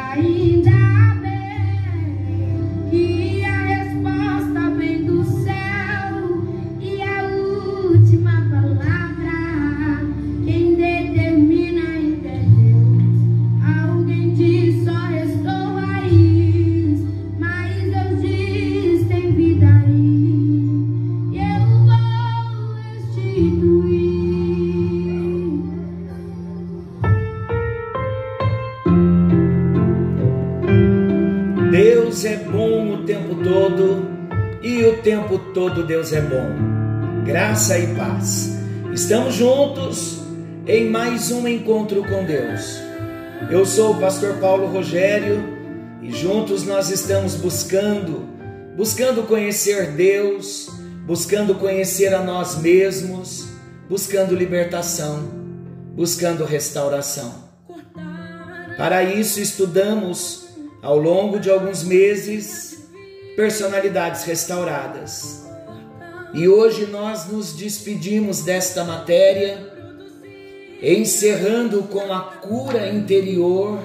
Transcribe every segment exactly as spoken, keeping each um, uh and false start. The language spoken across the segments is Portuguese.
Deus é bom o tempo todo e o tempo todo Deus é bom. Graça e paz. Estamos juntos em mais um encontro com Deus. Eu sou o pastor Paulo Rogério e juntos nós estamos buscando, buscando conhecer Deus, buscando conhecer a nós mesmos, buscando libertação, buscando restauração. Para isso estudamos ao longo de alguns meses personalidades restauradas. E hoje nós nos despedimos desta matéria, encerrando com a cura interior,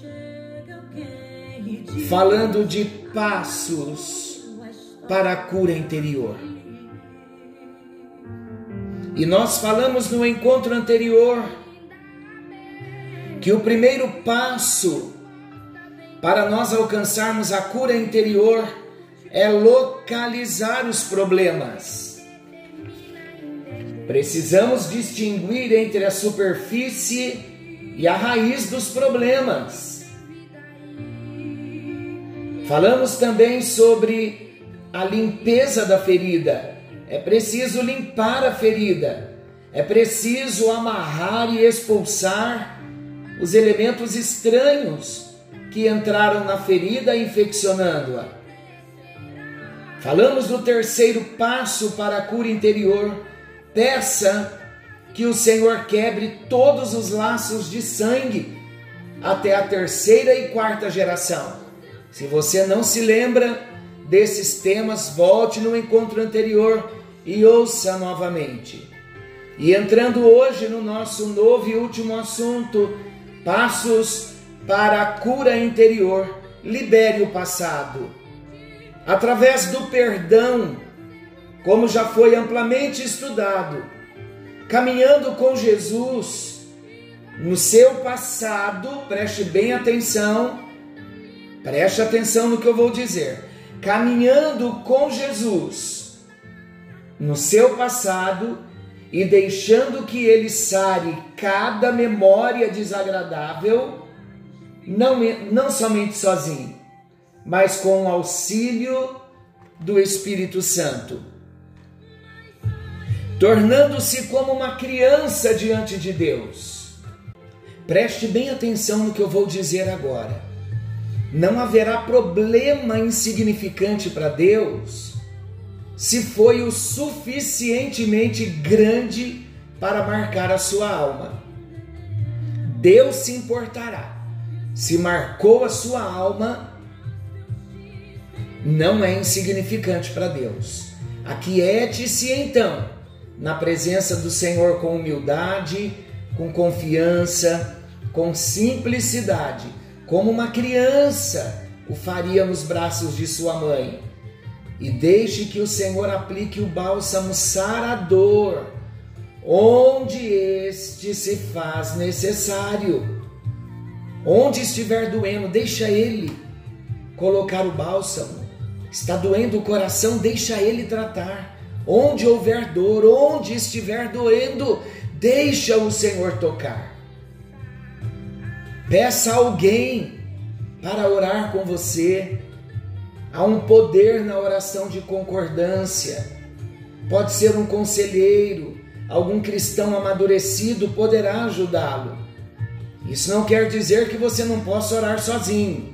falando de passos para a cura interior. E nós falamos no encontro anterior que o primeiro passo para nós alcançarmos a cura interior é localizar os problemas. Precisamos distinguir entre a superfície e a raiz dos problemas. Falamos também sobre a limpeza da ferida. É preciso limpar a ferida. É preciso amarrar e expulsar os elementos estranhos que entraram na ferida, infeccionando-a. Falamos do terceiro passo para a cura interior. Peça que o Senhor quebre todos os laços de sangue até a terceira e quarta geração. Se você não se lembra desses temas, volte no encontro anterior e ouça novamente. E entrando hoje no nosso novo e último assunto, passos para a cura interior, libere o passado. Através do perdão, como já foi amplamente estudado, caminhando com Jesus, no seu passado, preste bem atenção, preste atenção no que eu vou dizer, caminhando com Jesus, no seu passado, e deixando que Ele sare cada memória desagradável, Não, não somente sozinho, mas com o auxílio do Espírito Santo, tornando-se como uma criança diante de Deus. Preste bem atenção no que eu vou dizer agora. Não haverá problema insignificante para Deus se foi o suficientemente grande para marcar a sua alma. Deus se importará. Se marcou a sua alma, não é insignificante para Deus. Aquiete-se então na presença do Senhor com humildade, com confiança, com simplicidade, como uma criança o faria nos braços de sua mãe. E deixe que o Senhor aplique o bálsamo sarador, onde este se faz necessário. Onde estiver doendo, deixa Ele colocar o bálsamo. Está doendo o coração, deixa Ele tratar. Onde houver dor, onde estiver doendo, deixa o Senhor tocar. Peça a alguém para orar com você. Há um poder na oração de concordância. Pode ser um conselheiro, algum cristão amadurecido poderá ajudá-lo. Isso não quer dizer que você não possa orar sozinho.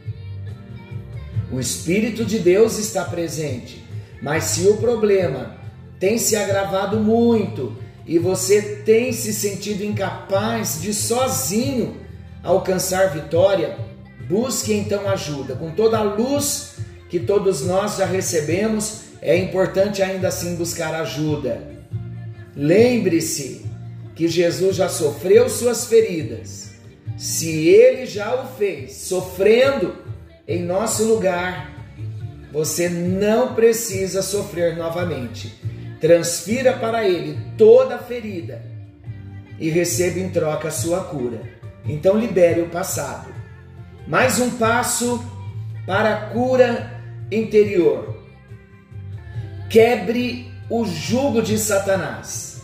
O Espírito de Deus está presente, mas se o problema tem se agravado muito e você tem se sentido incapaz de sozinho alcançar vitória, busque então ajuda. Com toda a luz que todos nós já recebemos, é importante ainda assim buscar ajuda. Lembre-se que Jesus já sofreu suas feridas, se Ele já o fez, sofrendo em nosso lugar, você não precisa sofrer novamente. Transfira para Ele toda a ferida e receba em troca a sua cura. Então libere o passado. Mais um passo para a cura interior. Quebre o jugo de Satanás.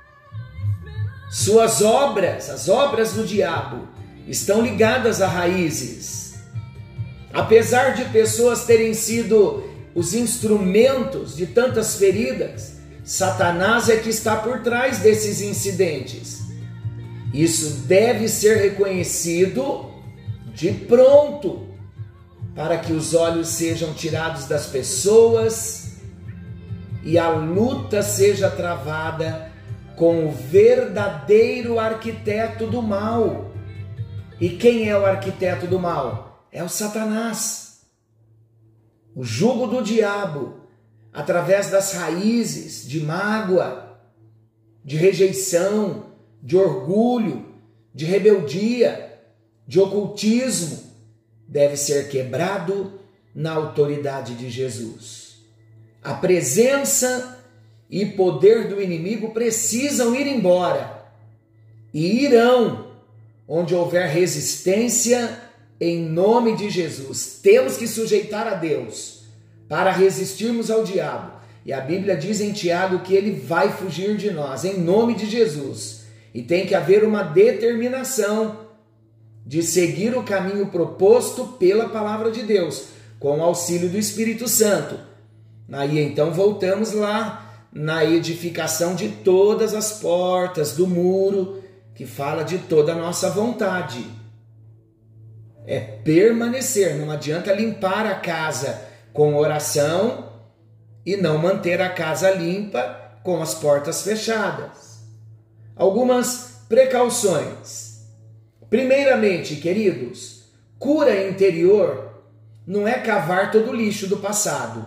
Suas obras, as obras do diabo, estão ligadas a raízes. Apesar de pessoas terem sido os instrumentos de tantas feridas, Satanás é que está por trás desses incidentes. Isso deve ser reconhecido de pronto, para que os olhos sejam tirados das pessoas e a luta seja travada com o verdadeiro arquiteto do mal. E quem é o arquiteto do mal? É o Satanás. O jugo do diabo, através das raízes de mágoa, de rejeição, de orgulho, de rebeldia, de ocultismo, deve ser quebrado na autoridade de Jesus. A presença e poder do inimigo precisam ir embora e irão onde houver resistência em nome de Jesus. Temos que sujeitar a Deus para resistirmos ao diabo. E a Bíblia diz em Tiago que ele vai fugir de nós, em nome de Jesus. E tem que haver uma determinação de seguir o caminho proposto pela palavra de Deus, com o auxílio do Espírito Santo. Aí então voltamos lá na edificação de todas as portas do muro, que fala de toda a nossa vontade. É permanecer, não adianta limpar a casa com oração e não manter a casa limpa com as portas fechadas. Algumas precauções. Primeiramente, queridos, cura interior não é cavar todo o lixo do passado.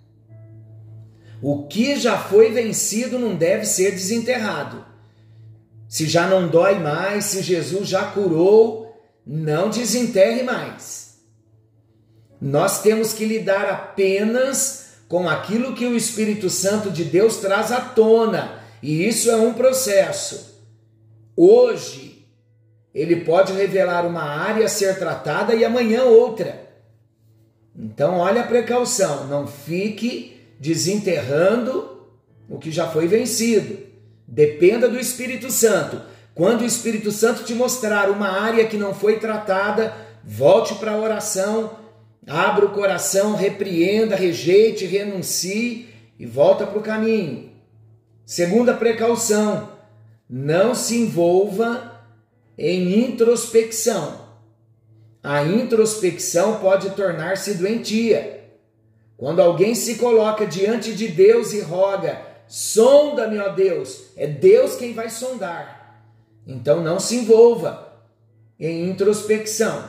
O que já foi vencido não deve ser desenterrado. Se já não dói mais, se Jesus já curou, não desenterre mais. Nós temos que lidar apenas com aquilo que o Espírito Santo de Deus traz à tona, e isso é um processo. Hoje, ele pode revelar uma área a ser tratada e amanhã outra. Então, olha a precaução, não fique desenterrando o que já foi vencido. Dependa do Espírito Santo. Quando o Espírito Santo te mostrar uma área que não foi tratada, volte para a oração, abra o coração, repreenda, rejeite, renuncie e volta para o caminho. Segunda precaução, não se envolva em introspecção. A introspecção pode tornar-se doentia. Quando alguém se coloca diante de Deus e roga, sonda-me, ó Deus, é Deus quem vai sondar. Então não se envolva em introspecção.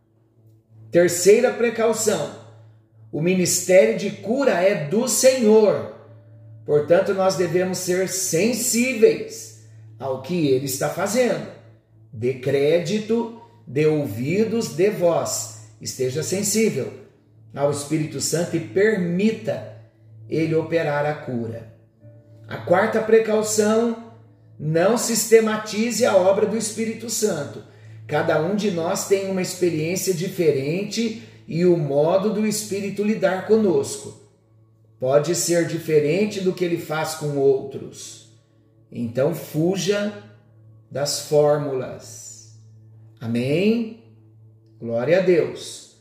Terceira precaução, o ministério de cura é do Senhor. Portanto, nós devemos ser sensíveis ao que Ele está fazendo. Dê crédito, dê ouvidos, dê voz. Esteja sensível ao Espírito Santo e permita Ele operar a cura. A quarta precaução, não sistematize a obra do Espírito Santo. Cada um de nós tem uma experiência diferente e o modo do Espírito lidar conosco pode ser diferente do que ele faz com outros. Então fuja das fórmulas. Amém? Glória a Deus.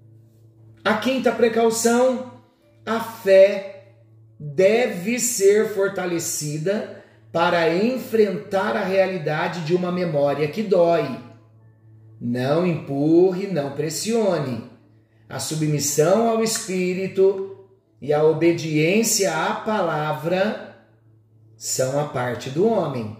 A quinta precaução, a fé deve ser fortalecida para enfrentar a realidade de uma memória que dói. Não empurre, não pressione. A submissão ao Espírito e a obediência à palavra são a parte do homem.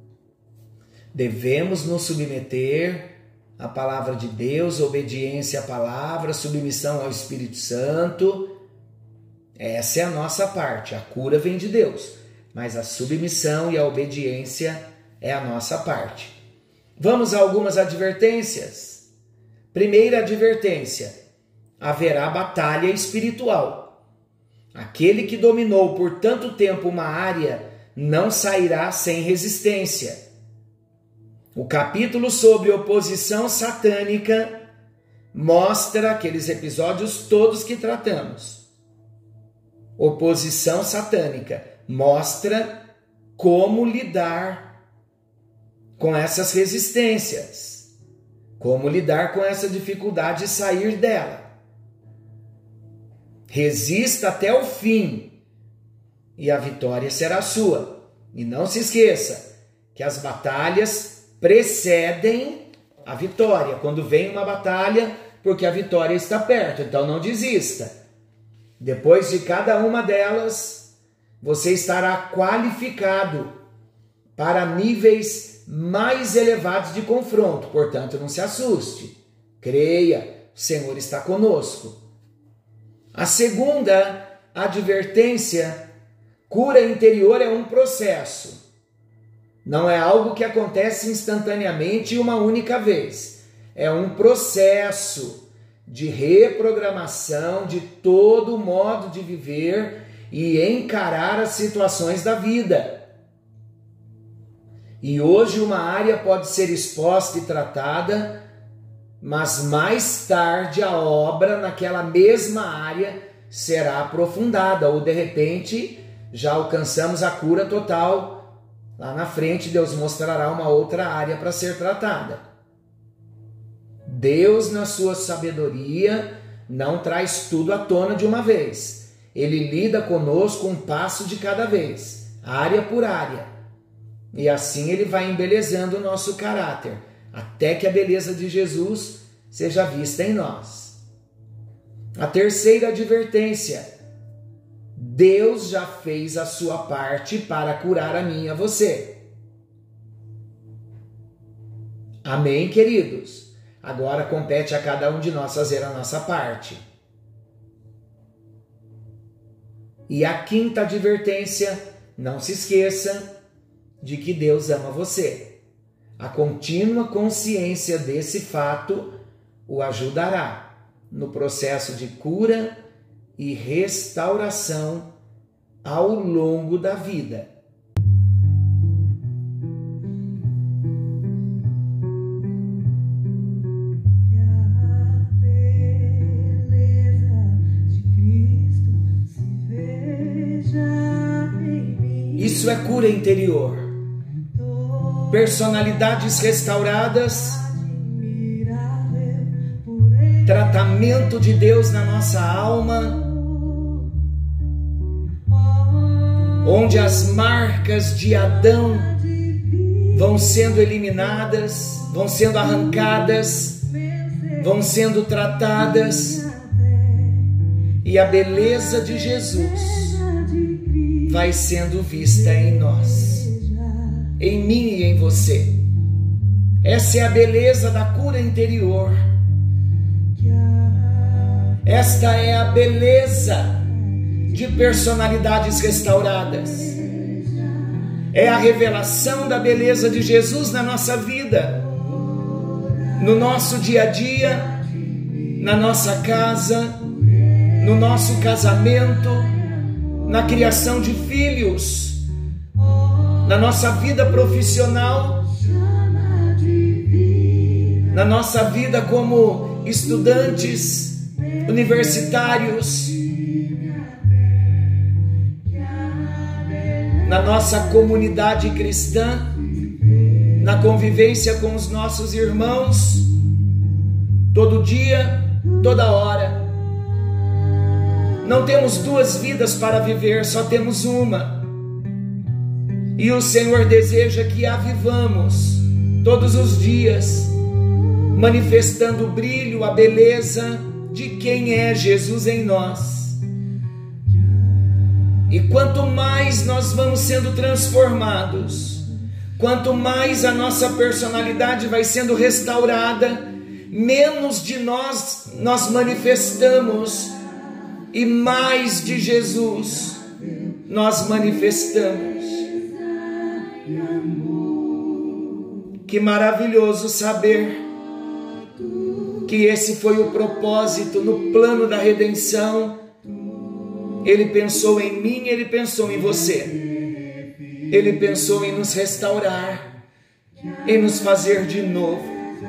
Devemos nos submeter à palavra de Deus, obediência à palavra, submissão ao Espírito Santo. Essa é a nossa parte. A cura vem de Deus, mas a submissão e a obediência é a nossa parte. Vamos a algumas advertências. Primeira advertência: haverá batalha espiritual. Aquele que dominou por tanto tempo uma área não sairá sem resistência. O capítulo sobre oposição satânica mostra aqueles episódios todos que tratamos. Oposição satânica mostra como lidar com essas resistências, como lidar com essa dificuldade de sair dela. Resista até o fim e a vitória será sua. E não se esqueça que as batalhas precedem a vitória. Quando vem uma batalha, porque a vitória está perto, então não desista. Depois de cada uma delas, você estará qualificado para níveis mais elevados de confronto. Portanto, não se assuste. Creia, o Senhor está conosco. A segunda advertência: cura interior é um processo. Não é algo que acontece instantaneamente e uma única vez. É um processo de reprogramação de todo o modo de viver e encarar as situações da vida. E hoje uma área pode ser exposta e tratada, mas mais tarde a obra naquela mesma área será aprofundada, ou de repente já alcançamos a cura total. Lá na frente Deus mostrará uma outra área para ser tratada. Deus, na sua sabedoria, não traz tudo à tona de uma vez. Ele lida conosco um passo de cada vez, área por área. E assim Ele vai embelezando o nosso caráter, até que a beleza de Jesus seja vista em nós. A terceira advertência: Deus já fez a sua parte para curar a mim e a você. Amém, queridos? Agora compete a cada um de nós fazer a nossa parte. E a quinta advertência: não se esqueça de que Deus ama você. A contínua consciência desse fato o ajudará no processo de cura e restauração ao longo da vida. Isso é cura interior. Personalidades restauradas, tratamento de Deus na nossa alma, onde as marcas de Adão vão sendo eliminadas, vão sendo arrancadas, vão sendo tratadas, e a beleza de Jesus vai sendo vista em nós, em mim e em você. Essa é a beleza da cura interior. Esta é a beleza de personalidades restauradas. É a revelação da beleza de Jesus na nossa vida, no nosso dia a dia, na nossa casa, no nosso casamento, na criação de filhos, na nossa vida profissional, na nossa vida como estudantes, universitários, na nossa comunidade cristã, na convivência com os nossos irmãos, todo dia, toda hora. Não temos duas vidas para viver, só temos uma. E o Senhor deseja que a vivamos todos os dias, manifestando o brilho, a beleza de quem é Jesus em nós. E quanto mais nós vamos sendo transformados, quanto mais a nossa personalidade vai sendo restaurada, menos de nós nós manifestamos e mais de Jesus nós manifestamos. Que maravilhoso saber que esse foi o propósito no plano da redenção. Ele pensou em mim, Ele pensou em você. Ele pensou em nos restaurar, em nos fazer de novo.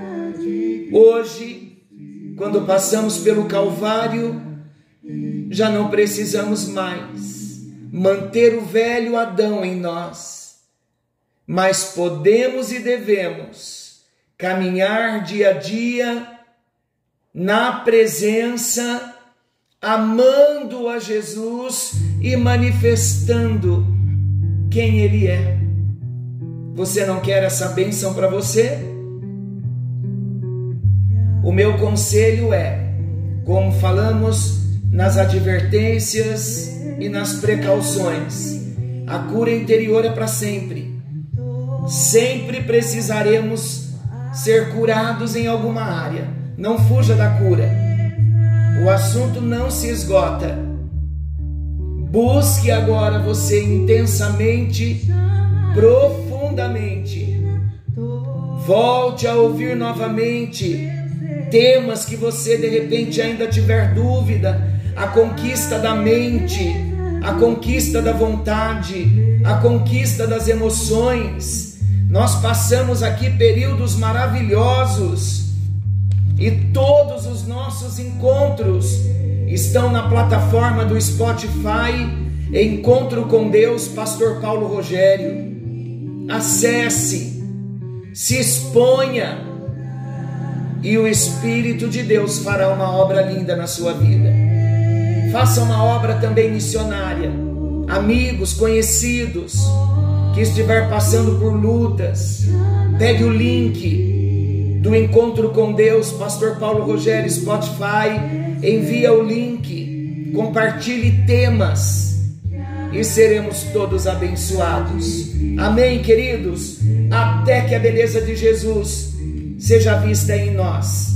Hoje, quando passamos pelo Calvário, já não precisamos mais manter o velho Adão em nós, mas podemos e devemos caminhar dia a dia na presença, amando a Jesus e manifestando quem Ele é. Você não quer essa bênção para você? O meu conselho é, como falamos nas advertências e nas precauções, a cura interior é para sempre. Sempre precisaremos ser curados em alguma área. Não fuja da cura. O assunto não se esgota. Busque agora você intensamente, profundamente. Volte a ouvir novamente temas que você de repente ainda tiver dúvida. A conquista da mente, a conquista da vontade, a conquista das emoções. Nós passamos aqui períodos maravilhosos e todos os nossos encontros estão na plataforma do Spotify, Encontro com Deus, Pastor Paulo Rogério. Acesse, se exponha e o Espírito de Deus fará uma obra linda na sua vida. Faça uma obra também missionária. Amigos, conhecidos que estiver passando por lutas, pegue o link do Encontro com Deus, Pastor Paulo Rogério, Spotify, envia o link, compartilhe temas e seremos todos abençoados. Amém, queridos? Até que a beleza de Jesus seja vista em nós.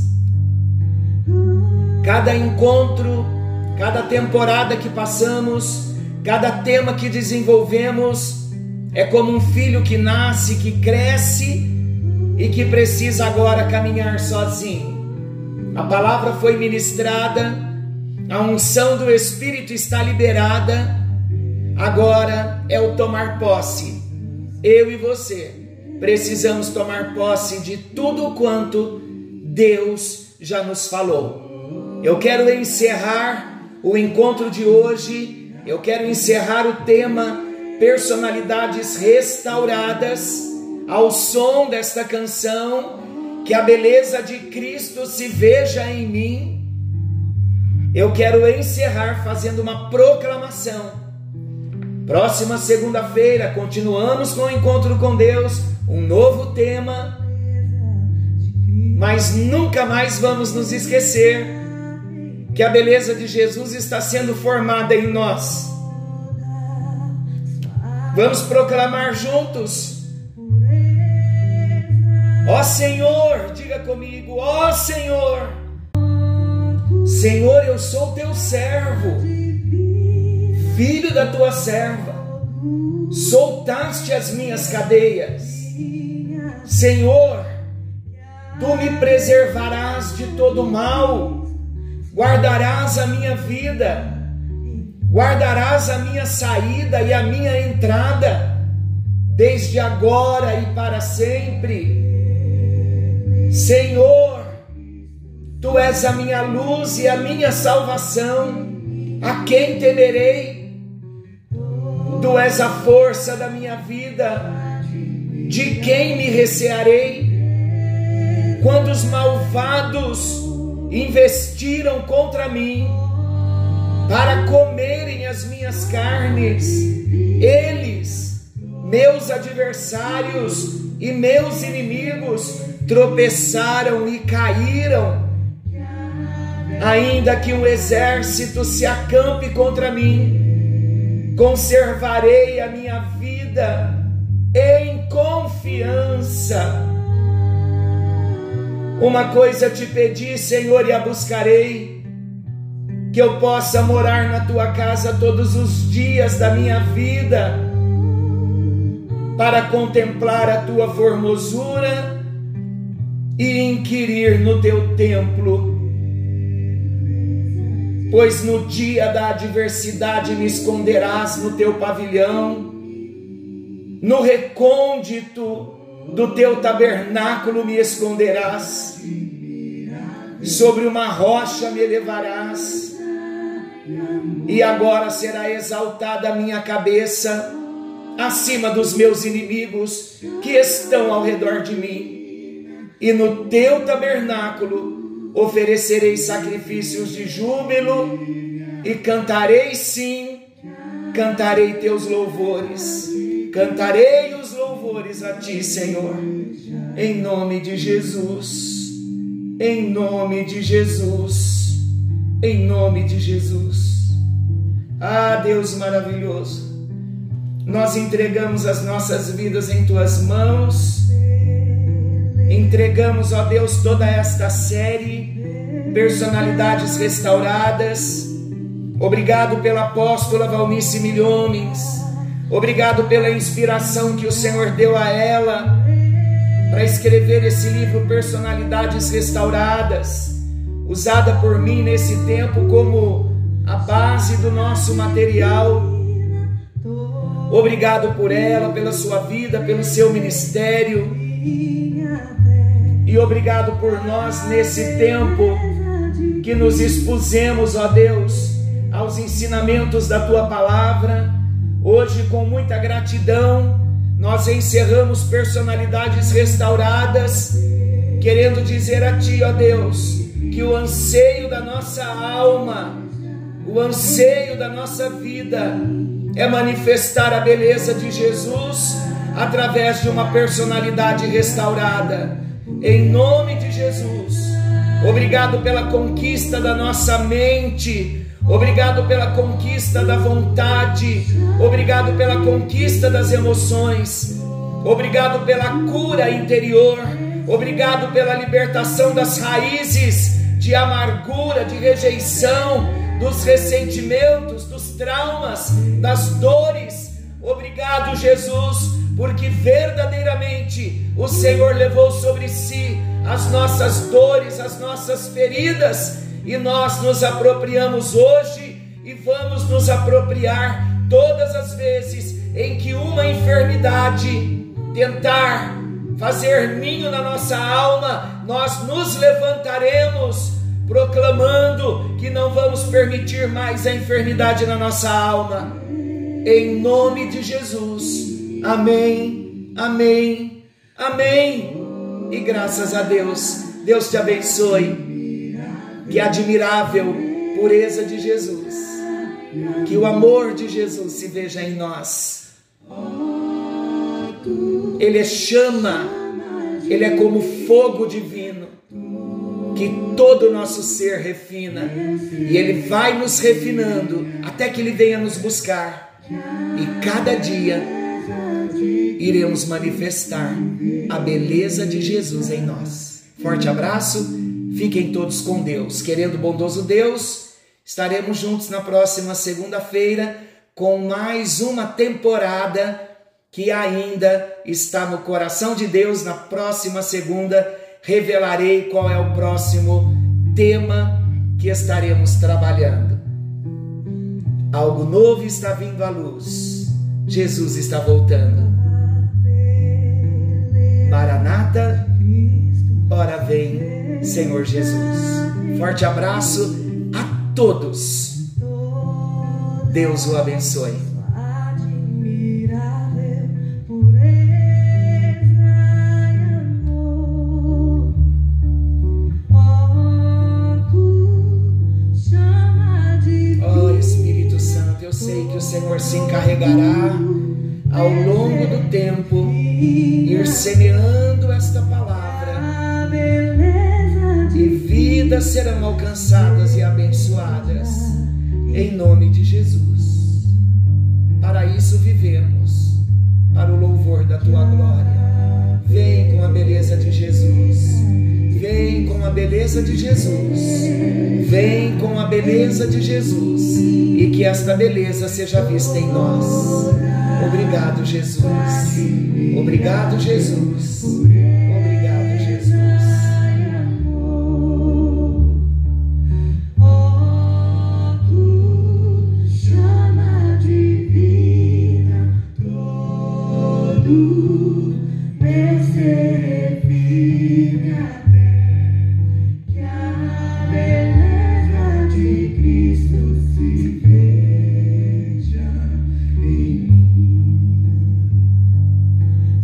Cada encontro, cada temporada que passamos, cada tema que desenvolvemos, é como um filho que nasce, que cresce e que precisa agora caminhar sozinho. A palavra foi ministrada, a unção do Espírito está liberada, agora é o tomar posse. Eu e você precisamos tomar posse de tudo quanto Deus já nos falou. Eu quero encerrar o encontro de hoje, eu quero encerrar o tema Personalidades Restauradas ao som desta canção, Que a Beleza de Cristo Se Veja em Mim. Eu quero encerrar fazendo uma proclamação. Próxima segunda-feira continuamos com o Encontro com Deus, um novo tema, mas nunca mais vamos nos esquecer que a beleza de Jesus está sendo formada em nós. Vamos proclamar juntos. Ó Senhor, diga comigo, ó Senhor, Senhor, eu sou teu servo, filho da tua serva, soltaste as minhas cadeias. Senhor, tu me preservarás de todo mal, guardarás a minha vida, guardarás a minha saída e a minha entrada, desde agora e para sempre. Senhor, tu és a minha luz e a minha salvação, a quem temerei? Tu és a força da minha vida, de quem me recearei? Quando os malvados investiram contra mim, para comerem as minhas carnes, eles, meus adversários e meus inimigos, tropeçaram e caíram. Ainda que um exército se acampe contra mim, conservarei a minha vida em confiança. Uma coisa te pedi, Senhor, e a buscarei, que eu possa morar na tua casa todos os dias da minha vida, para contemplar a tua formosura e inquirir no teu templo, pois no dia da adversidade me esconderás no teu pavilhão, no recôndito do teu tabernáculo me esconderás, sobre uma rocha me elevarás, e agora será exaltada a minha cabeça acima dos meus inimigos que estão ao redor de mim, e no teu tabernáculo oferecerei sacrifícios de júbilo, e cantarei sim, cantarei teus louvores, cantarei os louvores a ti, Senhor, em nome de Jesus, em nome de Jesus, em nome de Jesus. Ah, Deus maravilhoso, nós entregamos as nossas vidas em tuas mãos, entregamos, ó Deus, toda esta série, Personalidades Restauradas. Obrigado pela apóstola Valnice Milhomens, obrigado pela inspiração que o Senhor deu a ela para escrever esse livro Personalidades Restauradas, usada por mim nesse tempo como a base do nosso material. Obrigado por ela, pela sua vida, pelo seu ministério, e obrigado por nós nesse tempo que nos expusemos, ó Deus, aos ensinamentos da tua palavra. Hoje, com muita gratidão, nós encerramos Personalidades Restauradas, querendo dizer a ti, ó Deus, que o anseio da nossa alma, o anseio da nossa vida é manifestar a beleza de Jesus através de uma personalidade restaurada, em nome de Jesus. Obrigado pela conquista da nossa mente, obrigado pela conquista da vontade, obrigado pela conquista das emoções, obrigado pela cura interior, obrigado pela libertação das raízes de amargura, de rejeição, dos ressentimentos, dos traumas, das dores. Obrigado, Jesus, porque verdadeiramente o Senhor levou sobre si as nossas dores, as nossas feridas, e nós nos apropriamos hoje e vamos nos apropriar todas as vezes em que uma enfermidade tentar fazer ninho na nossa alma. Nós nos levantaremos proclamando que não vamos permitir mais a enfermidade na nossa alma, em nome de Jesus. Amém, amém, amém. E graças a Deus. Deus te abençoe. Que admirável pureza de Jesus, que o amor de Jesus se veja em nós. Ele é chama, ele é como fogo divino, que todo o nosso ser refina, e ele vai nos refinando até que ele venha nos buscar, e cada dia iremos manifestar a beleza de Jesus em nós. Forte abraço, fiquem todos com Deus. Querendo bondoso Deus, estaremos juntos na próxima segunda-feira com mais uma temporada que ainda está no coração de Deus. Na próxima segunda revelarei qual é o próximo tema que estaremos trabalhando. Algo novo está vindo à luz. Jesus está voltando. Maranata, ora vem, Senhor Jesus. Forte abraço a todos. Deus o abençoe. Oh Espírito Santo, eu sei que o Senhor se encarregará ao longo do tempo ir semeando esta palavra, e vidas serão alcançadas e abençoadas em nome de Jesus. Para isso vivemos, para o louvor da tua glória. Vem com a beleza de Jesus, vem com a beleza de Jesus, vem com a beleza de Jesus, e que esta beleza seja vista em nós. Obrigado, Jesus. Obrigado, Jesus. Obrigado, Jesus. Jesus.